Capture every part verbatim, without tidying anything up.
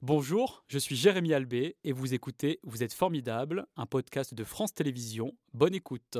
Bonjour, je suis Jérémy Albé et vous écoutez Vous êtes formidable, un podcast de France Télévisions. Bonne écoute.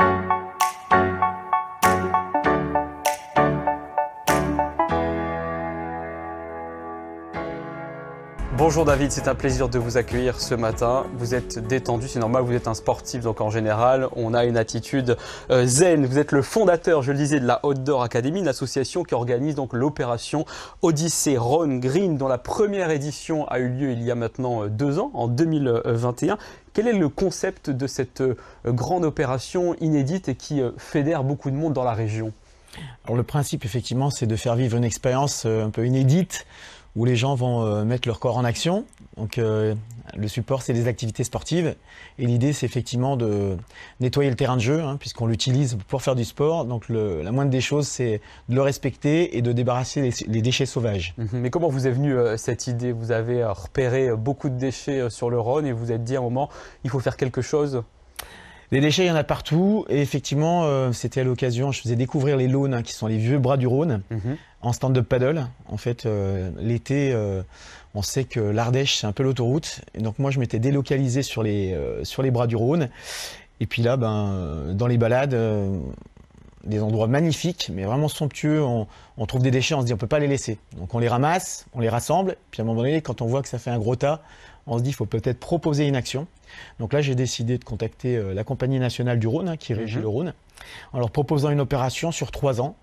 Bonjour David, c'est un plaisir de vous accueillir ce matin. Vous êtes détendu, c'est normal, vous êtes un sportif, donc en général, on a une attitude euh, zen. Vous êtes le fondateur, je le disais, de la Outdoor Academy, une association qui organise donc l'opération Odyssée Rhône Green, dont la première édition a eu lieu il y a maintenant deux ans, en deux mille vingt et un. Quel est le concept de cette euh, grande opération inédite et qui euh, fédère beaucoup de monde dans la région? Alors le principe, effectivement, c'est de faire vivre une expérience euh, un peu inédite, où les gens vont euh, mettre leur corps en action. Donc euh, le support, c'est des activités sportives. Et l'idée, c'est effectivement de nettoyer le terrain de jeu, hein, puisqu'on l'utilise pour faire du sport. Donc le, la moindre des choses, c'est de le respecter et de débarrasser les, les déchets sauvages. Mais comment vous est venue euh, cette idée? Vous avez euh, repéré euh, beaucoup de déchets euh, sur le Rhône et vous vous êtes dit à un moment, il faut faire quelque chose? Les déchets, il y en a partout. Et effectivement, euh, c'était à l'occasion, je faisais découvrir les Launes, hein, qui sont les vieux bras du Rhône, mmh. en stand-up paddle. En fait, euh, l'été, euh, on sait que l'Ardèche, c'est un peu l'autoroute. Et donc moi, je m'étais délocalisé sur les, euh, sur les bras du Rhône. Et puis là, ben, dans les balades, euh, des endroits magnifiques, mais vraiment somptueux, on, on trouve des déchets, on se dit on ne peut pas les laisser. Donc on les ramasse, on les rassemble. Puis à un moment donné, quand on voit que ça fait un gros tas, on se dit qu'il faut peut-être proposer une action. Donc là, j'ai décidé de contacter euh, la Compagnie nationale du Rhône, hein, qui régit mmh. le Rhône, en leur proposant une opération sur trois ans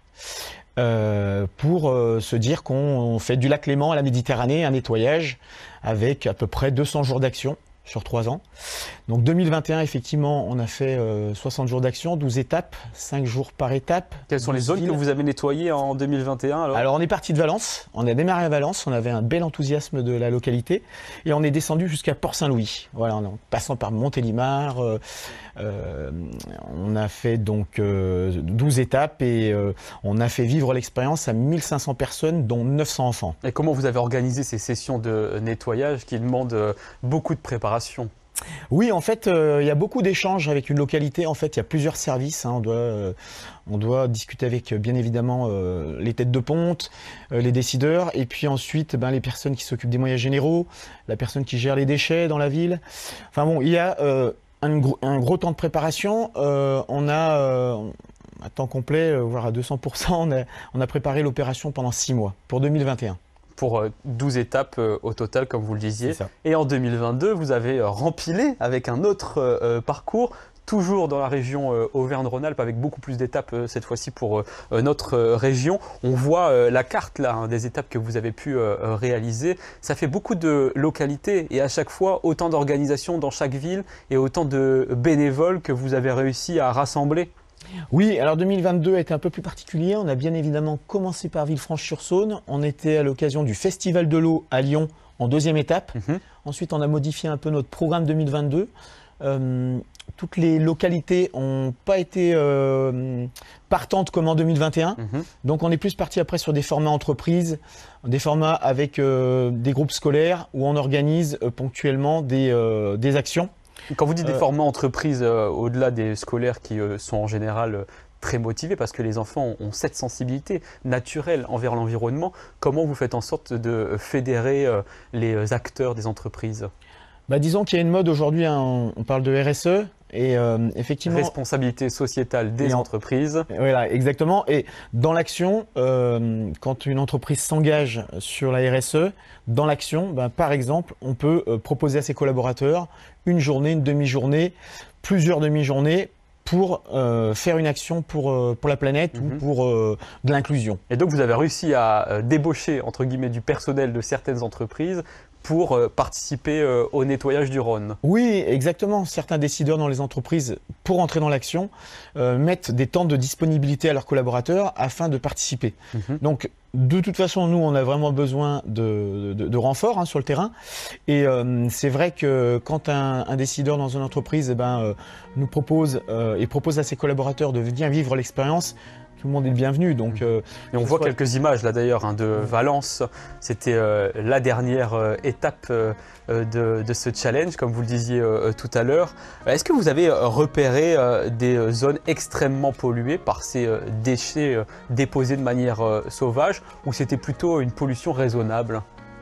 euh, pour euh, se dire qu'on fait du lac Léman à la Méditerranée, un nettoyage avec à peu près deux cents jours d'action sur trois ans. Donc deux mille vingt et un, effectivement, on a fait euh, soixante jours d'action, douze étapes, cinq jours par étape. Quelles sont les zones villes. que vous avez nettoyées en deux mille vingt et un alors, alors on est parti de Valence, on a démarré à Valence, on avait un bel enthousiasme de la localité et on est descendu jusqu'à Port-Saint-Louis, voilà, en passant par Montélimar. Euh, euh, on a fait donc euh, douze étapes et euh, on a fait vivre l'expérience à mille cinq cents personnes, dont neuf cents enfants. Et comment vous avez organisé ces sessions de nettoyage qui demandent beaucoup de préparation? Oui, en fait, euh, il y a beaucoup d'échanges avec une localité. En fait, il y a plusieurs services. Hein. On doit, euh, on doit discuter avec, bien évidemment, euh, les têtes de ponte, euh, les décideurs, et puis ensuite, ben, les personnes qui s'occupent des moyens généraux, la personne qui gère les déchets dans la ville. Enfin bon, il y a euh, un, gros, un gros temps de préparation. Euh, on a, euh, à temps complet, voire à deux cents pour cent, on a, on a préparé l'opération pendant six mois, pour deux mille vingt et un. Pour douze étapes au total, comme vous le disiez. Et en deux mille vingt-deux, vous avez rempilé avec un autre euh, parcours, toujours dans la région euh, Auvergne-Rhône-Alpes, avec beaucoup plus d'étapes euh, cette fois-ci pour euh, notre euh, région. On voit euh, la carte là, hein, des étapes que vous avez pu euh, réaliser. Ça fait beaucoup de localités et à chaque fois, autant d'organisations dans chaque ville et autant de bénévoles que vous avez réussi à rassembler. Oui, alors deux mille vingt-deux a été un peu plus particulier. On a bien évidemment commencé par Villefranche-sur-Saône. On était à l'occasion du Festival de l'eau à Lyon en deuxième étape. Mmh. Ensuite, on a modifié un peu notre programme deux mille vingt-deux. Euh, toutes les localités n'ont pas été euh, partantes comme en deux mille vingt et un. Mmh. Donc on est plus parti après sur des formats entreprises, des formats avec euh, des groupes scolaires où on organise euh, ponctuellement des, euh, des actions. Quand vous dites des euh, formats entreprises, euh, au-delà des scolaires qui euh, sont en général euh, très motivés parce que les enfants ont cette sensibilité naturelle envers l'environnement, comment vous faites en sorte de fédérer euh, les acteurs des entreprises? Bah, disons qu'il y a une mode aujourd'hui, hein, on parle de R S E. Et euh, effectivement, responsabilité sociétale des entreprises. Voilà, exactement. Et dans l'action, euh, quand une entreprise s'engage sur la R S E, dans l'action, ben, par exemple, on peut euh, proposer à ses collaborateurs une journée, une demi-journée, plusieurs demi-journées pour euh, faire une action pour, euh, pour la planète mmh. ou pour euh, de l'inclusion. Et donc vous avez réussi à euh, débaucher entre guillemets du personnel de certaines entreprises pour euh, participer euh, au nettoyage du Rhône. Oui, exactement. Certains décideurs dans les entreprises, pour entrer dans l'action, euh, mettent des temps de disponibilité à leurs collaborateurs afin de participer. Mmh. Donc, de toute façon, nous, on a vraiment besoin de, de, de renforts hein, sur le terrain. Et euh, c'est vrai que quand un, un décideur dans une entreprise eh ben, euh, nous propose euh, et propose à ses collaborateurs de venir vivre l'expérience, tout le monde est le bienvenu. Donc, euh, et on voit soit... quelques images là d'ailleurs hein, de Valence. C'était euh, la dernière euh, étape euh, de, de ce challenge, comme vous le disiez euh, tout à l'heure. Est-ce que vous avez repéré euh, des zones extrêmement polluées par ces euh, déchets euh, déposés de manière euh, sauvage, ou c'était plutôt une pollution raisonnable?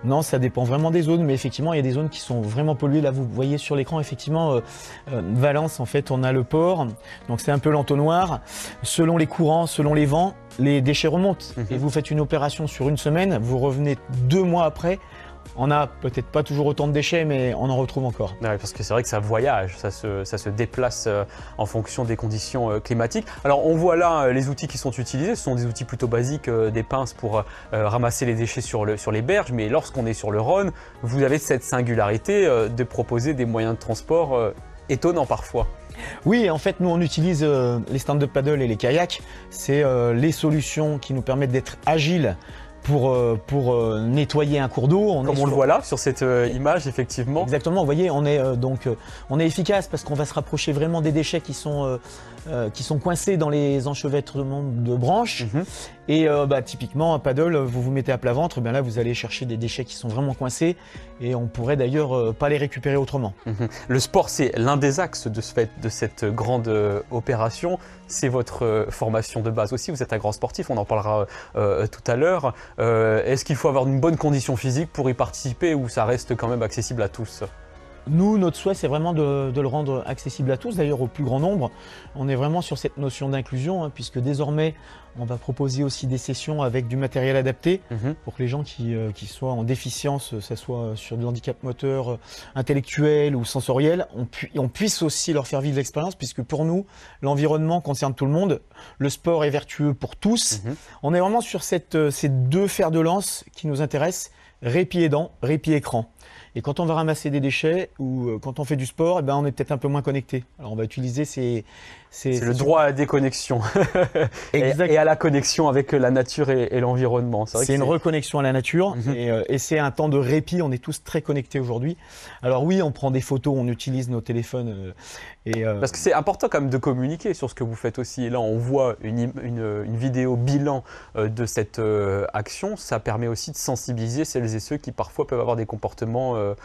Non, ça dépend vraiment des zones, mais effectivement, il y a des zones qui sont vraiment polluées. Là, vous voyez sur l'écran, effectivement, euh, euh, Valence, en fait, on a le port, donc c'est un peu l'entonnoir. Selon les courants, selon les vents, les déchets remontent. Mmh. Et vous faites une opération sur une semaine, vous revenez deux mois après. On a peut-être pas toujours autant de déchets, mais on en retrouve encore. Ouais, parce que c'est vrai que ça voyage, ça se, ça se déplace euh, en fonction des conditions euh, climatiques. Alors on voit là euh, les outils qui sont utilisés, ce sont des outils plutôt basiques, euh, des pinces pour euh, ramasser les déchets sur, le, sur les berges, mais lorsqu'on est sur le Rhône, vous avez cette singularité euh, de proposer des moyens de transport euh, étonnants parfois. Oui, en fait, nous, on utilise euh, les stand-up paddle et les kayaks. C'est euh, les solutions qui nous permettent d'être agiles pour, euh, pour euh, nettoyer un cours d'eau. Comme on sur... le voit là, sur cette euh, image, effectivement. Exactement, vous voyez, on est, euh, donc, euh, on est efficace parce qu'on va se rapprocher vraiment des déchets qui sont, euh, euh, qui sont coincés dans les enchevêtrements de branches. Mm-hmm. Et euh, bah, typiquement, un paddle, vous vous mettez à plat ventre, bien là, vous allez chercher des déchets qui sont vraiment coincés et on pourrait d'ailleurs euh, pas les récupérer autrement. Mm-hmm. Le sport, c'est l'un des axes de, ce fait, de cette grande euh, opération. C'est votre euh, formation de base aussi. Vous êtes un grand sportif, on en parlera euh, tout à l'heure. Euh, Est-ce qu'il faut avoir une bonne condition physique pour y participer ou ça reste quand même accessible à tous ? Nous, notre souhait, c'est vraiment de, de le rendre accessible à tous, d'ailleurs au plus grand nombre. On est vraiment sur cette notion d'inclusion, hein, puisque désormais, on va proposer aussi des sessions avec du matériel adapté mmh. pour que les gens qui, euh, qui soient en déficience, que ce soit sur de l'handicap moteur, euh, intellectuel ou sensoriel, on, pu, on puisse aussi leur faire vivre l'expérience, puisque pour nous, l'environnement concerne tout le monde, le sport est vertueux pour tous. Mmh. On est vraiment sur cette, euh, ces deux fers de lance qui nous intéressent, répit aidant, répit écran. Et quand on va ramasser des déchets ou euh, quand on fait du sport, eh ben, on est peut-être un peu moins connecté. Alors on va utiliser ces... C'est le droit à la déconnexion et, et à la connexion avec la nature et, et l'environnement. C'est une reconnexion à la nature mm-hmm. et, euh, et c'est un temps de répit. On est tous très connectés aujourd'hui. Alors oui, on prend des photos, on utilise nos téléphones. Euh, et, euh... Parce que c'est important quand même de communiquer sur ce que vous faites aussi. Et là, on voit une, une, une vidéo bilan euh, de cette euh, action. Ça permet aussi de sensibiliser celles et ceux qui parfois peuvent avoir des comportements euh,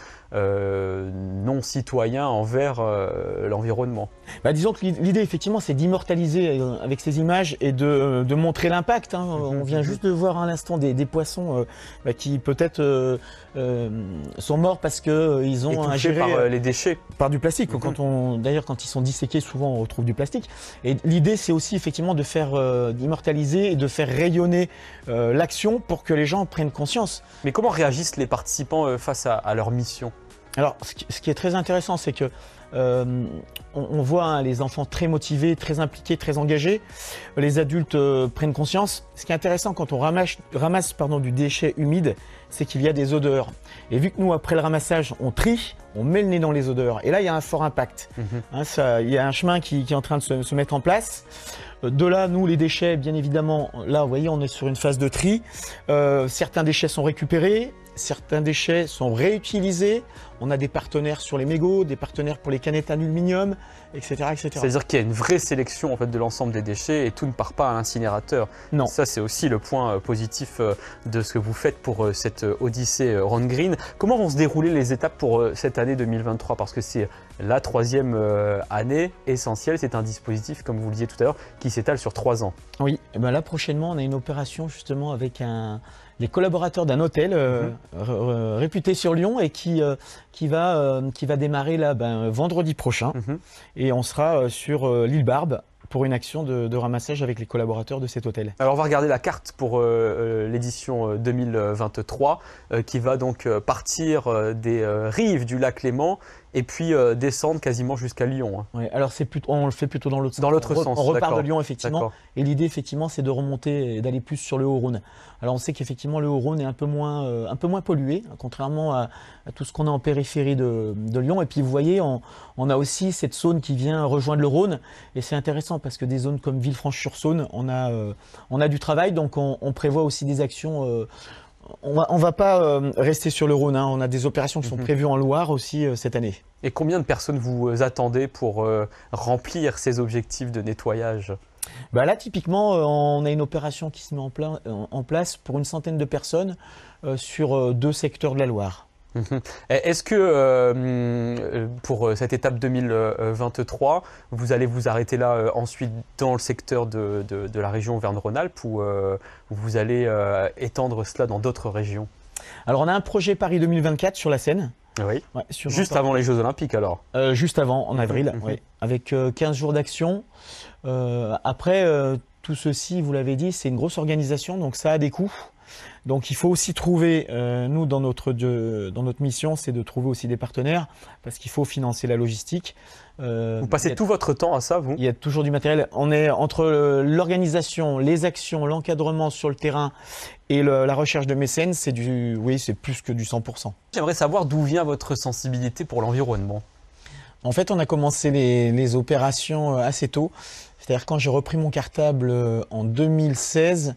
euh, non citoyens envers euh, l'environnement. Bah, disons que l'idée, effectivement, c'est d'immortaliser avec ces images et de, de montrer l'impact. Hein. On vient juste de voir à l'instant des, des poissons euh, bah, qui peut-être euh, euh, sont morts parce qu'ils euh, ont ingéré par euh, les déchets, par du plastique. Mm-hmm. Quand on, d'ailleurs, quand ils sont disséqués, souvent on retrouve du plastique. Et l'idée, c'est aussi effectivement de faire euh, d'immortaliser et de faire rayonner euh, l'action pour que les gens prennent conscience. Mais comment réagissent les participants euh, face à, à leur mission ? Alors, ce qui, ce qui est très intéressant, c'est que Euh, on, on voit hein, les enfants très motivés, très impliqués, très engagés. Les adultes euh, prennent conscience. Ce qui est intéressant quand on ramasse, ramasse pardon, du déchet humide, c'est qu'il y a des odeurs. Et vu que nous, après le ramassage, on trie, on met le nez dans les odeurs. Et là, il y a un fort impact. Mmh. Hein, ça, il y a un chemin qui, qui est en train de se, se mettre en place. De là, nous, les déchets, bien évidemment, là, vous voyez, on est sur une phase de tri. Euh, certains déchets sont récupérés. Certains déchets sont réutilisés. On a des partenaires sur les mégots, des partenaires pour les canettes aluminium, et cetera et cetera. C'est-à-dire qu'il y a une vraie sélection en fait, de l'ensemble des déchets et tout ne part pas à l'incinérateur. Non. Ça, c'est aussi le point positif de ce que vous faites pour cette Odyssée Rhône Green. Comment vont se dérouler les étapes pour cette année deux mille vingt-trois? Parce que c'est la troisième année essentielle. C'est un dispositif, comme vous le disiez tout à l'heure, qui s'étale sur trois ans. Oui, et ben là prochainement, on a une opération justement avec un... les collaborateurs d'un hôtel euh, mmh. réputé sur Lyon et qui, euh, qui, va, euh, qui va démarrer là, ben, vendredi prochain. Mmh. Et on sera euh, sur euh, l'île Barbe pour une action de, de ramassage avec les collaborateurs de cet hôtel. Alors on va regarder la carte pour euh, l'édition deux mille vingt-trois euh, qui va donc partir euh, des euh, rives du lac Léman et puis euh, descendre quasiment jusqu'à Lyon. Hein. Oui, alors c'est plutôt, on le fait plutôt dans l'autre sens. Dans l'autre on sens, On repart de Lyon effectivement. Et l'idée effectivement c'est de remonter et d'aller plus sur le Haut-Rhône. Alors on sait qu'effectivement le Haut-Rhône est un peu moins, euh, un peu moins pollué, hein, contrairement à, à tout ce qu'on a en périphérie de, de Lyon. Et puis vous voyez, on, on a aussi cette zone qui vient rejoindre le Rhône. Et c'est intéressant parce que des zones comme Villefranche-sur-Saône, on a, euh, on a du travail. Donc on, on prévoit aussi des actions. Euh, On va, on va pas euh, rester sur le Rhône, hein. On a des opérations qui sont mmh. prévues en Loire aussi euh, cette année. Et combien de personnes vous attendez pour euh, remplir ces objectifs de nettoyage? Bah là, typiquement, euh, on a une opération qui se met en, pla en place pour une centaine de personnes euh, sur euh, deux secteurs de la Loire. Est-ce que euh, pour cette étape deux mille vingt-trois, vous allez vous arrêter là euh, ensuite dans le secteur de, de, de la région Auvergne-Rhône-Alpes ou euh, vous allez euh, étendre cela dans d'autres régions? Alors on a un projet Paris deux mille vingt-quatre sur la Seine. Oui. Ouais, sur Juste avant les Jeux Olympiques alors. Euh, juste avant, en avril, Mmh. oui, avec euh, quinze jours d'action. Euh, après, euh, tout ceci, vous l'avez dit, c'est une grosse organisation, donc ça a des coûts. Donc il faut aussi trouver, euh, nous dans notre, de, dans notre mission, c'est de trouver aussi des partenaires, parce qu'il faut financer la logistique. Euh, Vous passez il y a- tout votre temps à ça, vous? Il y a toujours du matériel. On est entre euh, l'organisation, les actions, l'encadrement sur le terrain et le- la recherche de mécènes, c'est du, oui, c'est plus que du cent pour cent. J'aimerais savoir d'où vient votre sensibilité pour l'environnement. En fait, on a commencé les, les opérations euh, assez tôt. C'est-à-dire quand j'ai repris mon cartable euh, en deux mille seize.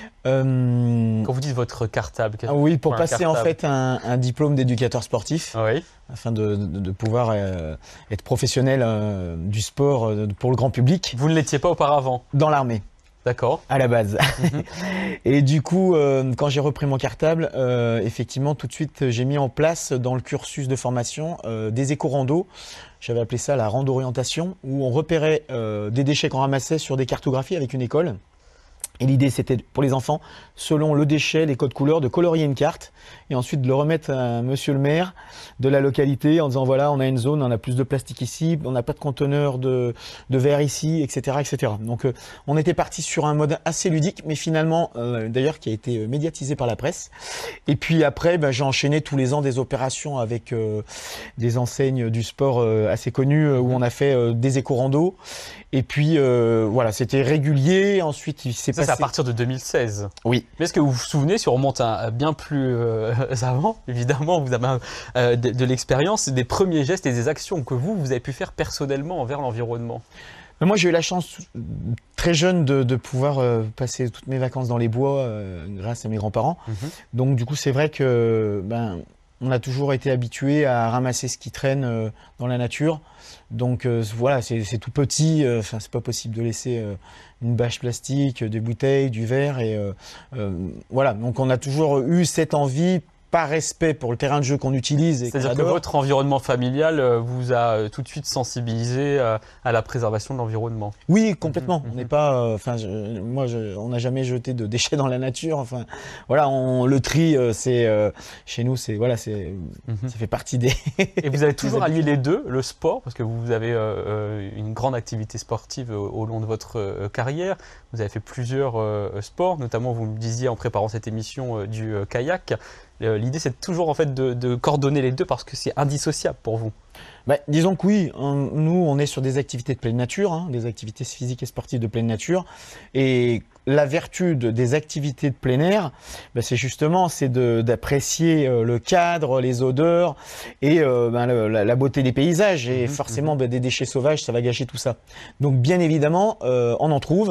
euh, Quand vous dites votre cartable, qu'est-ce ah oui, pour un passer en cartable fait un, un diplôme d'éducateur sportif, Oui. afin de, de- de pouvoir euh, être professionnel euh, du sport euh, pour le grand public Vous ne l'étiez pas auparavant. dans l'armée. D'accord. À la base. Mhm. Et du coup, euh, quand j'ai repris mon cartable, euh, effectivement, tout de suite, j'ai mis en place dans le cursus de formation euh, des éco-randos. J'avais appelé ça la rando-orientation, où on repérait euh, des déchets qu'on ramassait sur des cartographies avec une école. Et l'idée, c'était pour les enfants, selon le déchet, les codes couleurs, de colorier une carte et ensuite de le remettre à monsieur le maire de la localité en disant voilà, on a une zone, on a plus de plastique ici, on n'a pas de conteneur de, de verre ici, et cetera, et cetera. Donc, euh, on était parti sur un mode assez ludique, mais finalement, euh, d'ailleurs, qui a été médiatisé par la presse. Et puis après, ben, j'ai enchaîné tous les ans des opérations avec euh, des enseignes du sport euh, assez connues euh, où on a fait euh, des éco-randos. Et puis, euh, voilà, c'était régulier. Ensuite, il s'est Ça, passé... c'est à partir de deux mille seize. Oui. Mais est-ce que vous vous souvenez, si on remonte à, à bien plus euh, avant, évidemment, vous avez euh, de, de l'expérience, des premiers gestes et des actions que vous, vous avez pu faire personnellement envers l'environnement? Mais moi, j'ai eu la chance très jeune de, de pouvoir euh, passer toutes mes vacances dans les bois euh, grâce à mes grands-parents. Mhm. Donc, du coup, c'est vrai que ben, on a toujours été habitué à ramasser ce qui traîne euh, dans la nature. Donc, euh, voilà, c'est c'est tout petit. euh, Enfin, c'est pas possible de laisser euh, une bâche plastique, des bouteilles, du verre. Et euh, euh, voilà. Donc, on a toujours eu cette envie, par respect pour le terrain de jeu qu'on utilise. et qu'on C'est-à-dire que adore. votre environnement familial euh, vous a euh, tout de suite sensibilisé euh, à la préservation de l'environnement. Oui, complètement. Mhm, On n'est pas, euh, enfin, je- moi, je- on n'a jamais jeté de déchets dans la nature. Enfin, voilà, on le tri, euh, c'est euh, chez nous, c'est voilà, c'est, Mhm. ça fait partie des. Et vous avez toujours allié les deux, le sport, parce que vous avez euh, euh, une grande activité sportive au, au long de votre euh, carrière. Vous avez fait plusieurs euh, sports, notamment vous me disiez en préparant cette émission euh, du euh, kayak. Euh, L'idée, c'est toujours en fait de, de coordonner les deux parce que c'est indissociable pour vous. Bah, disons que oui, on- nous, on est sur des activités de pleine nature, hein, des activités physiques et sportives de pleine nature, et la vertu de- des activités de plein air, bah, c'est justement c'est de- d'apprécier euh, le cadre, les odeurs et euh, ben, le- la, la beauté des paysages. Et Mhm, forcément, bah, des déchets sauvages, ça va gâcher tout ça. Donc, bien évidemment, euh, on en trouve.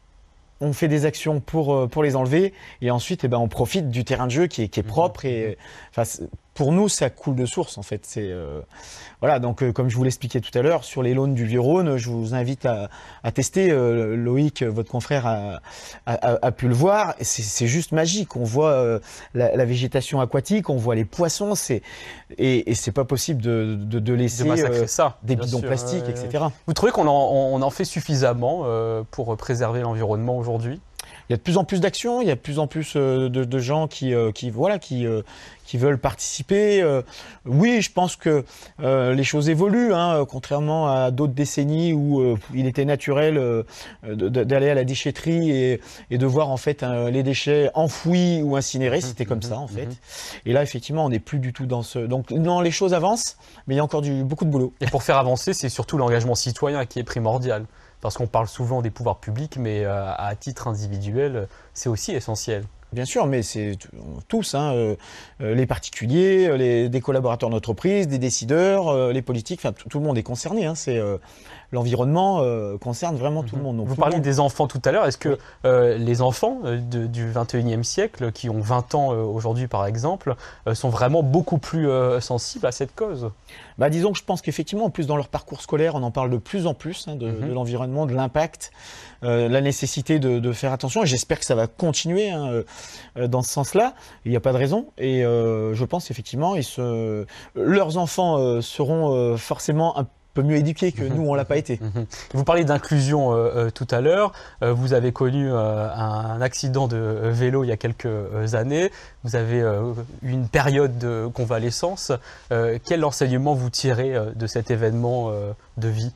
On fait des actions pour, euh, pour les enlever et ensuite eh ben, on profite du terrain de jeu qui est, qui est propre et enfin, c'est- pour nous ça coule de source en fait. C'est, euh, voilà, donc euh, comme je vous l'expliquais tout à l'heure, sur les lawns du Vieux-Rhône, je vous invite à, à tester. euh, Loïc, votre confrère, a, a- a- a pu le voir. Et C'est c'est juste magique. On voit euh, la, la végétation aquatique, on voit les poissons, c'est, et, et c'est pas possible de, de, de laisser De massacrer euh, ça. des bien bidons sûr. plastiques, Euh, et cetera. Vous trouvez qu'on en, on en fait suffisamment euh, pour préserver l'environnement aujourd'hui? Il y a de plus en plus d'actions, il y a de plus en plus euh, de, de gens qui, euh, qui, voilà, qui, euh, qui veulent participer. Euh, oui, je pense que euh, les choses évoluent, hein, contrairement à d'autres décennies où euh, il était naturel euh, de- de- d'aller à la déchetterie et, et de voir en fait euh, les déchets enfouis ou incinérés. C'était comme ça en fait. mhm. Et là, effectivement, on n'est plus du tout dans ce. Donc, non, les choses avancent, mais il y a encore du, beaucoup de boulot. Et pour faire avancer, c'est surtout l'engagement citoyen qui est primordial. Parce qu'on parle souvent des pouvoirs publics, mais euh, à titre individuel, c'est aussi essentiel. Bien sûr, mais c'est t- tous, hein, euh, euh, les particuliers, euh, les, des collaborateurs d'entreprise, des décideurs, euh, les politiques, enfin tout tout le monde est concerné. Hein, c'est euh, l'environnement euh, concerne vraiment tout le monde. Donc, Vous tout le parliez monde- des enfants tout à l'heure. Est-ce que Oui. euh, les enfants euh, de- du vingt et unième siècle, qui ont vingt ans euh, aujourd'hui par exemple, euh, sont vraiment beaucoup plus euh, sensibles à cette cause? Bah, disons que je pense qu'effectivement, en plus dans leur parcours scolaire, on en parle de plus en plus hein, de, Mhm. de l'environnement, de l'impact, euh, la nécessité de, de faire attention. Et j'espère que ça va continuer hein, euh, euh, dans ce sens-là. Il n'y a pas de raison. Et euh, je pense effectivement, ils se... leurs enfants euh, seront euh, forcément un peu mieux éduqués que Mmh. nous, on l'a pas été. Mmh. Vous parliez d'inclusion euh, euh, tout à l'heure. Euh, vous avez connu euh, un accident de vélo il y a quelques euh, années. Vous avez euh, eu une période de convalescence. Euh, quel enseignement vous tirez euh, de cet événement euh, de vie?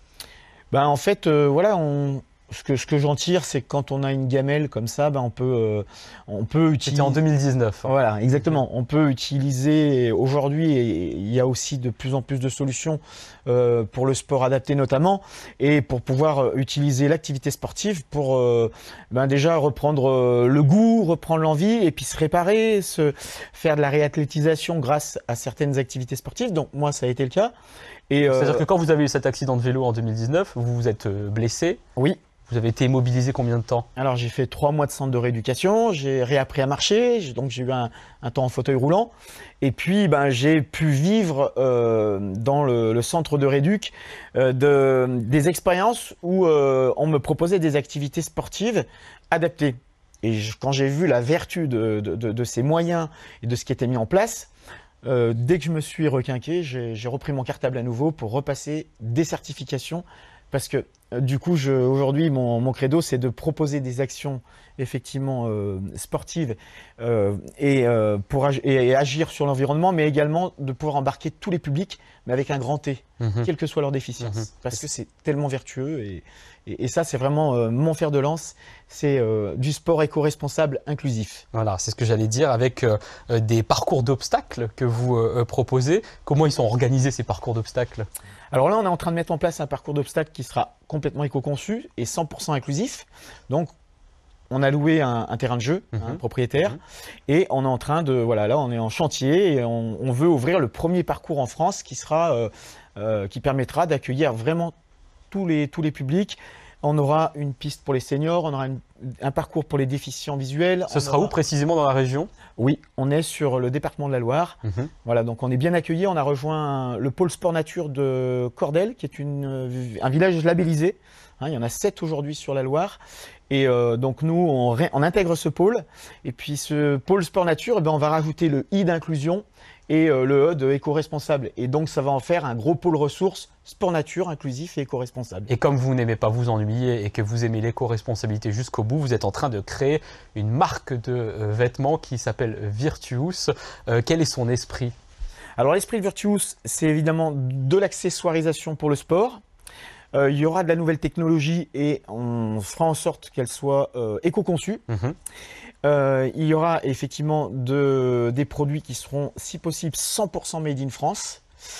Ben, en fait, euh, voilà, on, ce que, ce que j'en tire, c'est que quand on a une gamelle comme ça, ben, on peut, euh, on peut C'était utiliser. en deux mille dix-neuf. Hein. Voilà, exactement. On peut utiliser aujourd'hui, et il y a aussi de plus en plus de solutions euh, pour le sport adapté notamment, et pour pouvoir euh, utiliser l'activité sportive pour euh, ben déjà reprendre euh, le goût, reprendre l'envie, et puis se réparer, se faire de la réathlétisation grâce à certaines activités sportives. Donc moi, ça a été le cas. Et, euh, C'est-à-dire que quand vous avez eu cet accident de vélo en deux mille dix-neuf, vous vous êtes euh, blessé. oui. Vous avez été immobilisé combien de temps? Alors j'ai fait trois mois de centre de rééducation, j'ai réappris à marcher, j'ai- donc j'ai eu un, un temps en fauteuil roulant. Et puis ben, j'ai pu vivre euh, dans le, le centre de rééduc euh, de, des expériences où euh, on me proposait des activités sportives adaptées. Et je- quand j'ai vu la vertu de, de- de- de ces moyens et de ce qui était mis en place, euh, dès que je me suis requinqué, j'ai j'ai repris mon cartable à nouveau pour repasser des certifications. Parce que euh, du coup, je- aujourd'hui, mon, mon credo, c'est de proposer des actions effectivement euh, sportives euh, et, euh, pour ag- et, et agir sur l'environnement, mais également de pouvoir embarquer tous les publics, mais avec un grand T, Mhm. quelle que soit leur déficience. Mhm. Parce que c'est tellement vertueux et, et- et ça, c'est vraiment euh, mon fer de lance, c'est euh, du sport éco-responsable inclusif. Voilà, c'est ce que j'allais dire avec euh, euh, des parcours d'obstacles que vous euh, euh, proposez. Comment ils sont organisés ces parcours d'obstacles? Alors là, on est en train de mettre en place un parcours d'obstacles qui sera complètement éco-conçu et cent pour cent inclusif. Donc, on a loué un, un terrain de jeu, Mhm. un propriétaire, Mhm. et on est en train de, voilà, là, on est en chantier et on, on veut ouvrir le premier parcours en France qui sera, euh, euh, qui permettra d'accueillir vraiment tous les, tous les publics. On aura une piste pour les seniors, on aura une- un parcours pour les déficients visuels. Ce on sera aura- où précisément dans la région? Oui, on est sur le département de la Loire. Mhm. Voilà, donc on est bien accueillis. On a rejoint le pôle sport nature de Cordel, qui est une, euh, un village labellisé. Hein, il y en a sept aujourd'hui sur la Loire. Et euh, donc nous, on, ré- on intègre ce pôle. Et puis ce pôle sport nature, eh ben, on va rajouter le I d'inclusion et euh, le E de éco-responsable. Et donc ça va en faire un gros pôle ressources sport nature inclusif et éco-responsable. Et comme vous n'aimez pas vous ennuyer et que vous aimez l'éco-responsabilité jusqu'au bout, vous êtes en train de créer une marque de euh, vêtements qui s'appelle Virtuous. Euh, quel est son esprit? Alors l'esprit de Virtuous, c'est évidemment de l'accessoirisation pour le sport. Euh, il y aura de la nouvelle technologie et on fera en sorte qu'elle soit euh, éco-conçue. Mhm. Euh, il y aura effectivement de, des produits qui seront, si possible, cent pour cent made in France.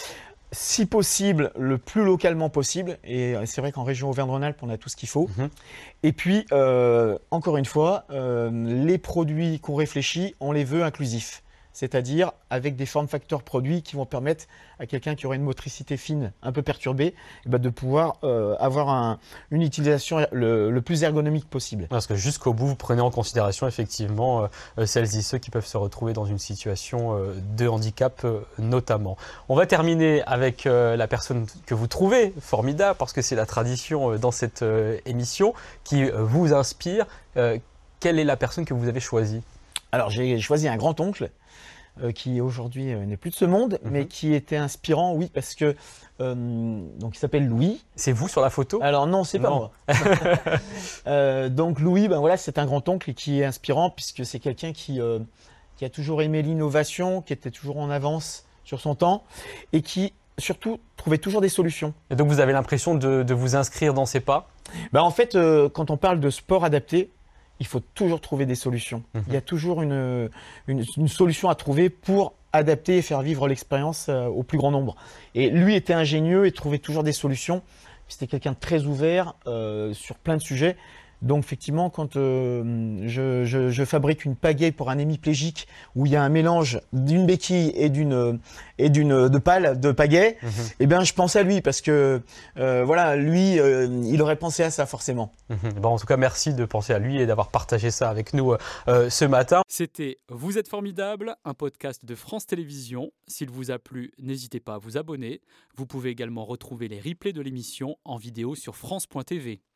Si possible, le plus localement possible. Et c'est vrai qu'en région Auvergne-Rhône-Alpes, on a tout ce qu'il faut. Mhm. Et puis, euh, encore une fois, euh, les produits qu'on réfléchit, on les veut inclusifs. C'est-à-dire avec des form factors produits qui vont permettre à quelqu'un qui aurait une motricité fine un peu perturbée, eh ben, de pouvoir euh, avoir un- une utilisation le, le plus ergonomique possible. Parce que jusqu'au bout, vous prenez en considération effectivement euh, celles et ceux qui peuvent se retrouver dans une situation euh, de handicap euh, notamment. On va terminer avec euh, la personne que vous trouvez formidable, parce que c'est la tradition euh, dans cette euh, émission, qui euh, vous inspire. Euh, quelle est la personne que vous avez choisie? Alors j'ai choisi un grand-oncle euh, qui aujourd'hui euh, n'est plus de ce monde, Mhm. mais qui était inspirant, oui, parce que euh, donc il s'appelle Louis. C'est vous sur la photo? Alors non, c'est pas Non. moi. Euh, donc Louis, ben voilà, c'est un grand-oncle qui est inspirant puisque c'est quelqu'un qui, euh, qui a toujours aimé l'innovation, qui était toujours en avance sur son temps et qui surtout trouvait toujours des solutions. Et donc vous avez l'impression de, de vous inscrire dans ses pas? Ben, en fait, euh, quand on parle de sport adapté, il faut toujours trouver des solutions. Mhm. Il y a toujours une, une, une solution à trouver pour adapter et faire vivre l'expérience euh, au plus grand nombre. Et lui était ingénieux et trouvait toujours des solutions. C'était quelqu'un de très ouvert euh, sur plein de sujets. Donc effectivement, quand euh, je, je, je fabrique une pagaie pour un hémiplégique où il y a un mélange d'une béquille et d'une et d'une de pale de pagaie, Mhm. eh bien je pense à lui parce que euh, voilà, lui, euh, il aurait pensé à ça forcément. Mhm. Bon, en tout cas, merci de penser à lui et d'avoir partagé ça avec nous euh, ce matin. C'était Vous êtes formidable, un podcast de France Télévisions. S'il vous a plu, n'hésitez pas à vous abonner. Vous pouvez également retrouver les replays de l'émission en vidéo sur France point T V.